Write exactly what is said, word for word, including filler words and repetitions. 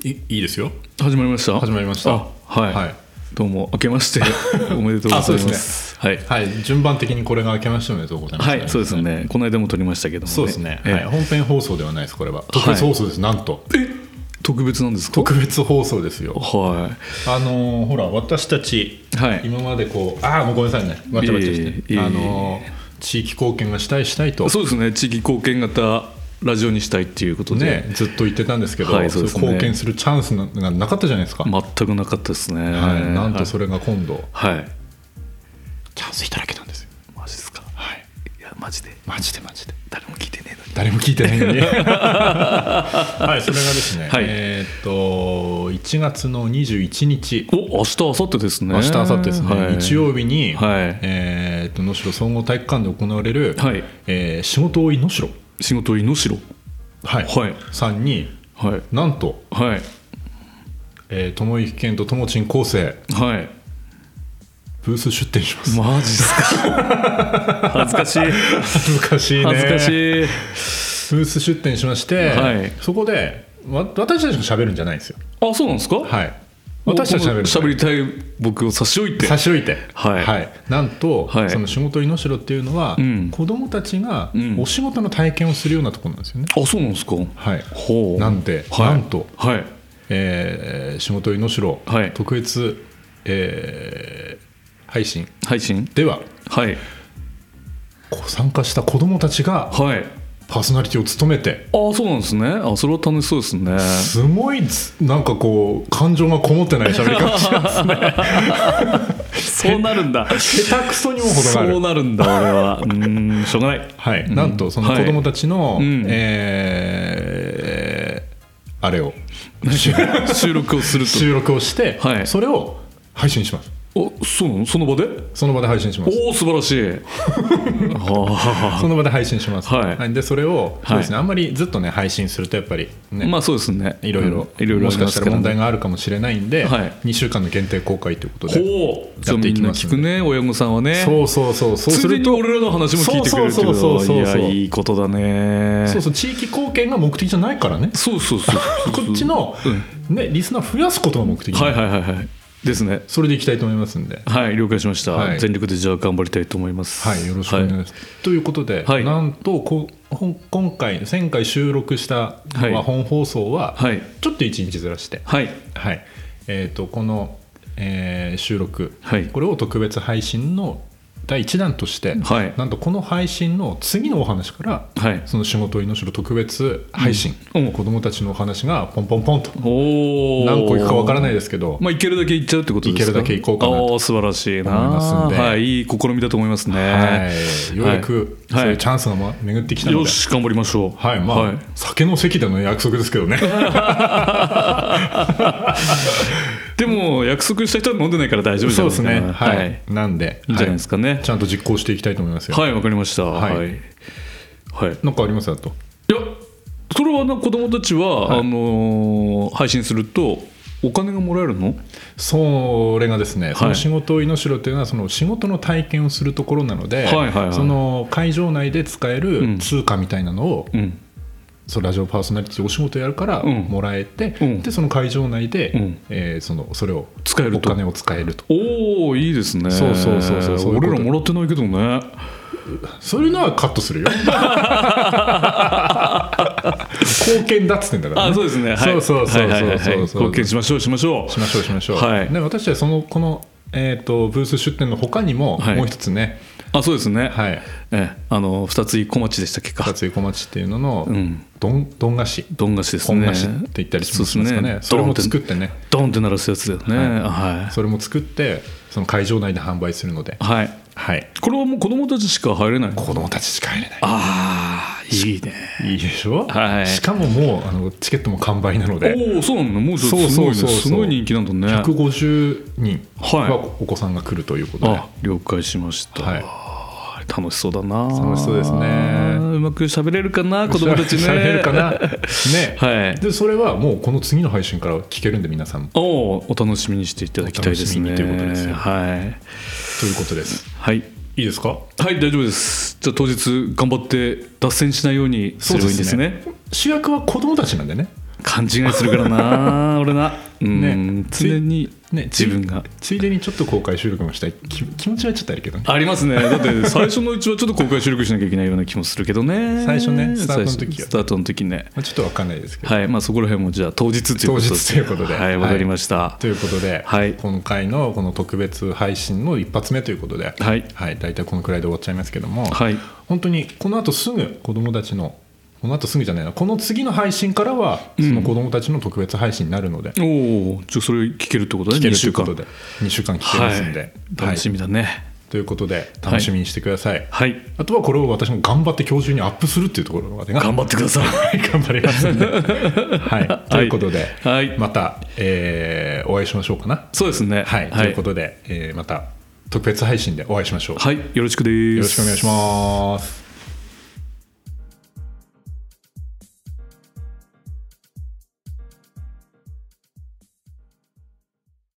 いいいですよ。 始まりました。 始まりました。 あ、はい、はい、どうも明けましておめでとうございます。あ、そうですね。はい、はい、順番的にこれが明けましておめでとうございます、ね。 はい、そうですね。この間も撮りましたけども、ね、 そうですね、はい、本編放送ではないです。これは特別放送です、はい、なんとえ特別なんですか。 特別放送ですよ。 はい。 あのー、ほら私たち、はい、今までこうああもうごめんなさいね。わちゃわちゃして、えー、あのー、地域貢献がしたいしたいと。 そうですね。地域貢献型ラジオにしたいっていうことで、ね、 ずっと言ってたんですけど、はい、そうですね、貢献するチャンスがなかったじゃないですか。 全くなかったですね。 はい、なんとそれが今度、 はい、 チャンスいただけたんですよ。 マジですか。 はい、 いやマジでマジでマジで誰も聞いてねえのに誰も聞いてないのにはい、それがですね、はい、えー、っといちがつのにじゅういちにち、 お明日明後日ですね。 明日明後日ですね、はい、日曜日に、 はい、 えー、っと能代総合体育館で行われる、はい、えー、仕事をい能代仕事い能代、 はいはい、さんに、はい、なんと、はい、えー、友幸健とともちん構成、はい、ブース出展します。 マジですか。恥ずかしい恥ずかしいね。 恥ずかしい。 ブース出展しまして、はい、そこでわ私たちが喋るんじゃないんですよ。 あ、そうなんですか。 はい、私たち喋る喋りたい僕を差し置いて差し置いて、はいはい、なんと、はい、その仕事い能代っていうのは、うん、子どもたちがお仕事の体験をするようなところなんですよね。 うん、あ、そうなんですか。 はい、 ほう。 なんで、 はい、 なんと、はい、えー、仕事い能代、はい、特別、えー、配信配信では、 はい、 参加した子どもたちが、はい、パーソナリティを務めて。 ああ、そうなんですね。あ、それは楽しそうですね。 すごいなんかこう感情がこもってない喋り方しますね。 そうなるんだ。 下手くそにも程がある。 そうなるんだ俺は。うーん、しょうがない。 はい、うん、なんとその子どもたちの、はい、えー、あれを収録をすると収録をして、はい、それを配信します。 お、そうなの。その場でその場で配信します。 おお、素晴らしい。 その場で配信します、 はい、 でそれをそうですね、はい、あんまりずっとね配信するとやっぱり、ね、 まあそうですね、 いろいろ、うん、もしかしたら問題があるかもしれないんで、はい、にしゅうかんの限定公開ということでやっていきますので。 聞くね、親御さんはね。 そうそうそう、そうするとついでに俺らの話も聞いてくれるってことは、いやいいことだね。 そうそう、地域貢献が目的じゃないからね。 そうそうそうこっちの、うん、ね、リスナー増やすことが目的。 はいはいはいはい、ですね。 それでいきたいと思いますんで。はい、 了解しました、はい、全力でじゃあ頑張りたいと思います。 はい、よろしくお願いします、はい、ということで、はい、なんとこ今回前回収録したのは本放送はちょっといちにちずらして、はいはい、えー、とこの、えー、収録、はい、これを特別配信のだいいちだんとして、はい、なんとこの配信の次のお話から、はい、その仕事い能代特別配信、うん、子どもたちのお話がポンポンポンとお何個いくかわからないですけど、 まあ、いけるだけいっちゃうってことですか。 いけるだけいこうかなと素晴らしいな思いますんで、 はい、いい試みだと思いますね、 はい、ようやくそういうチャンスが巡ってきたので、 よし頑張りましょう。 はい、まあ、はい、酒の席での約束ですけどね。 でも約束した人は飲んでないから大丈夫じゃないですか。 そうですね、はいはい、なんでいいんじゃないですかね、 はい、ちゃんと実行していきたいと思いますよ。 はい、わかりました。はい、はいはい、なんかありますよと。 いや、それは子どもたちは、はい、あのー、配信するとお金がもらえるの？ それがですね、その仕事い能代というのはその仕事の体験をするところなので、はいはいはい、その会場内で使える通貨みたいなのを、うんうん、そのラジオパーソナリティお仕事やるからもらえて、うん、でその会場内で、うんえー、そのそれを使えると、お金を使えると。 おー、いいですね。そうそうそうそう、そういう俺らもらってないけどね。 そういうのはカットするよ。貢献だっつってんだから、ね、 あ、そうですね、はい、そうそうそうそうそう、貢献しましょうしましょうしましょうしましょう、はい、で私はそのこの、えー、とブース出展の他にももう一つね、 はい、あ、そうですね、はい、えあの二つ井小町でしたっけか。 二つ井小町っていうのの、うん、どんどん菓子どん菓子ですね。 本菓子って言ったりしますかね。 そ, ねそれも作ってね、 ドンって鳴らすやつだよね、はいはい、 それも作ってその会場内で販売するので、はいはい、 これはもう子どもたちしか入れない。 子どもたちしか入れない。 ああ、いいね。いいでしょ、はい、しかももうあのチケットも完売なので。 おお、そうなんだ。もうすごいね。そうそうそうそう、すごい人気なんだね。 ひゃくごじゅうにんはお子さんが来るということで、はい、 あ、了解しました、はい、楽しそうだな。 楽しそうですね。 うまく喋れるかな子どもたちね。 喋れるかなね、 はい、 でそれはもうこの次の配信から聞けるんで、皆さんもお, お楽しみにしていただきたいですね。 お楽しみにということですよ、 はい、 ということです。 はい、 いいですか。 はい、大丈夫です。じゃあ当日頑張って脱線しないようにすればいいんですね。 主役は子どもたちなんでね。 勘違いするからな俺な、うんね、常にね、 自分がついでにちょっと公開収録もしたい気気持ちはちょっとあるけどね。 ありますね。だって最初のうちはちょっと公開収録しなきゃいけないような気もするけどね。 最初ね、スタートの時はスタートの時ね、 まあ、ちょっと分かんないですけど、 はい、まあ、そこら辺もじゃあ当日ということで、 当日ということで、 はい、分かりました、 はい、ということで、はい、今回のこの特別配信の一発目ということで、はいはい、大体このくらいで終わっちゃいますけども、はい、本当にこの後すぐ子どもたちのこの後すぐじゃないなこの次の配信からはその子どもたちの特別配信になるので、 うん、おお、じゃあそれ聞けるってことね。 聞けるということでにしゅうかん聞けますんで、はい、 楽しみだね、はい、 ということで楽しみにしてください、 はい、 あとはこれを私も頑張って今日中にアップするっていうところまでが頑張ってください頑張りますんで、はい、ということで、はい、また、えー、お会いしましょうかな。 そうですね、 はい、ということで、えー、また特別配信でお会いしましょう。 はい、よろしくです。 よろしくお願いします。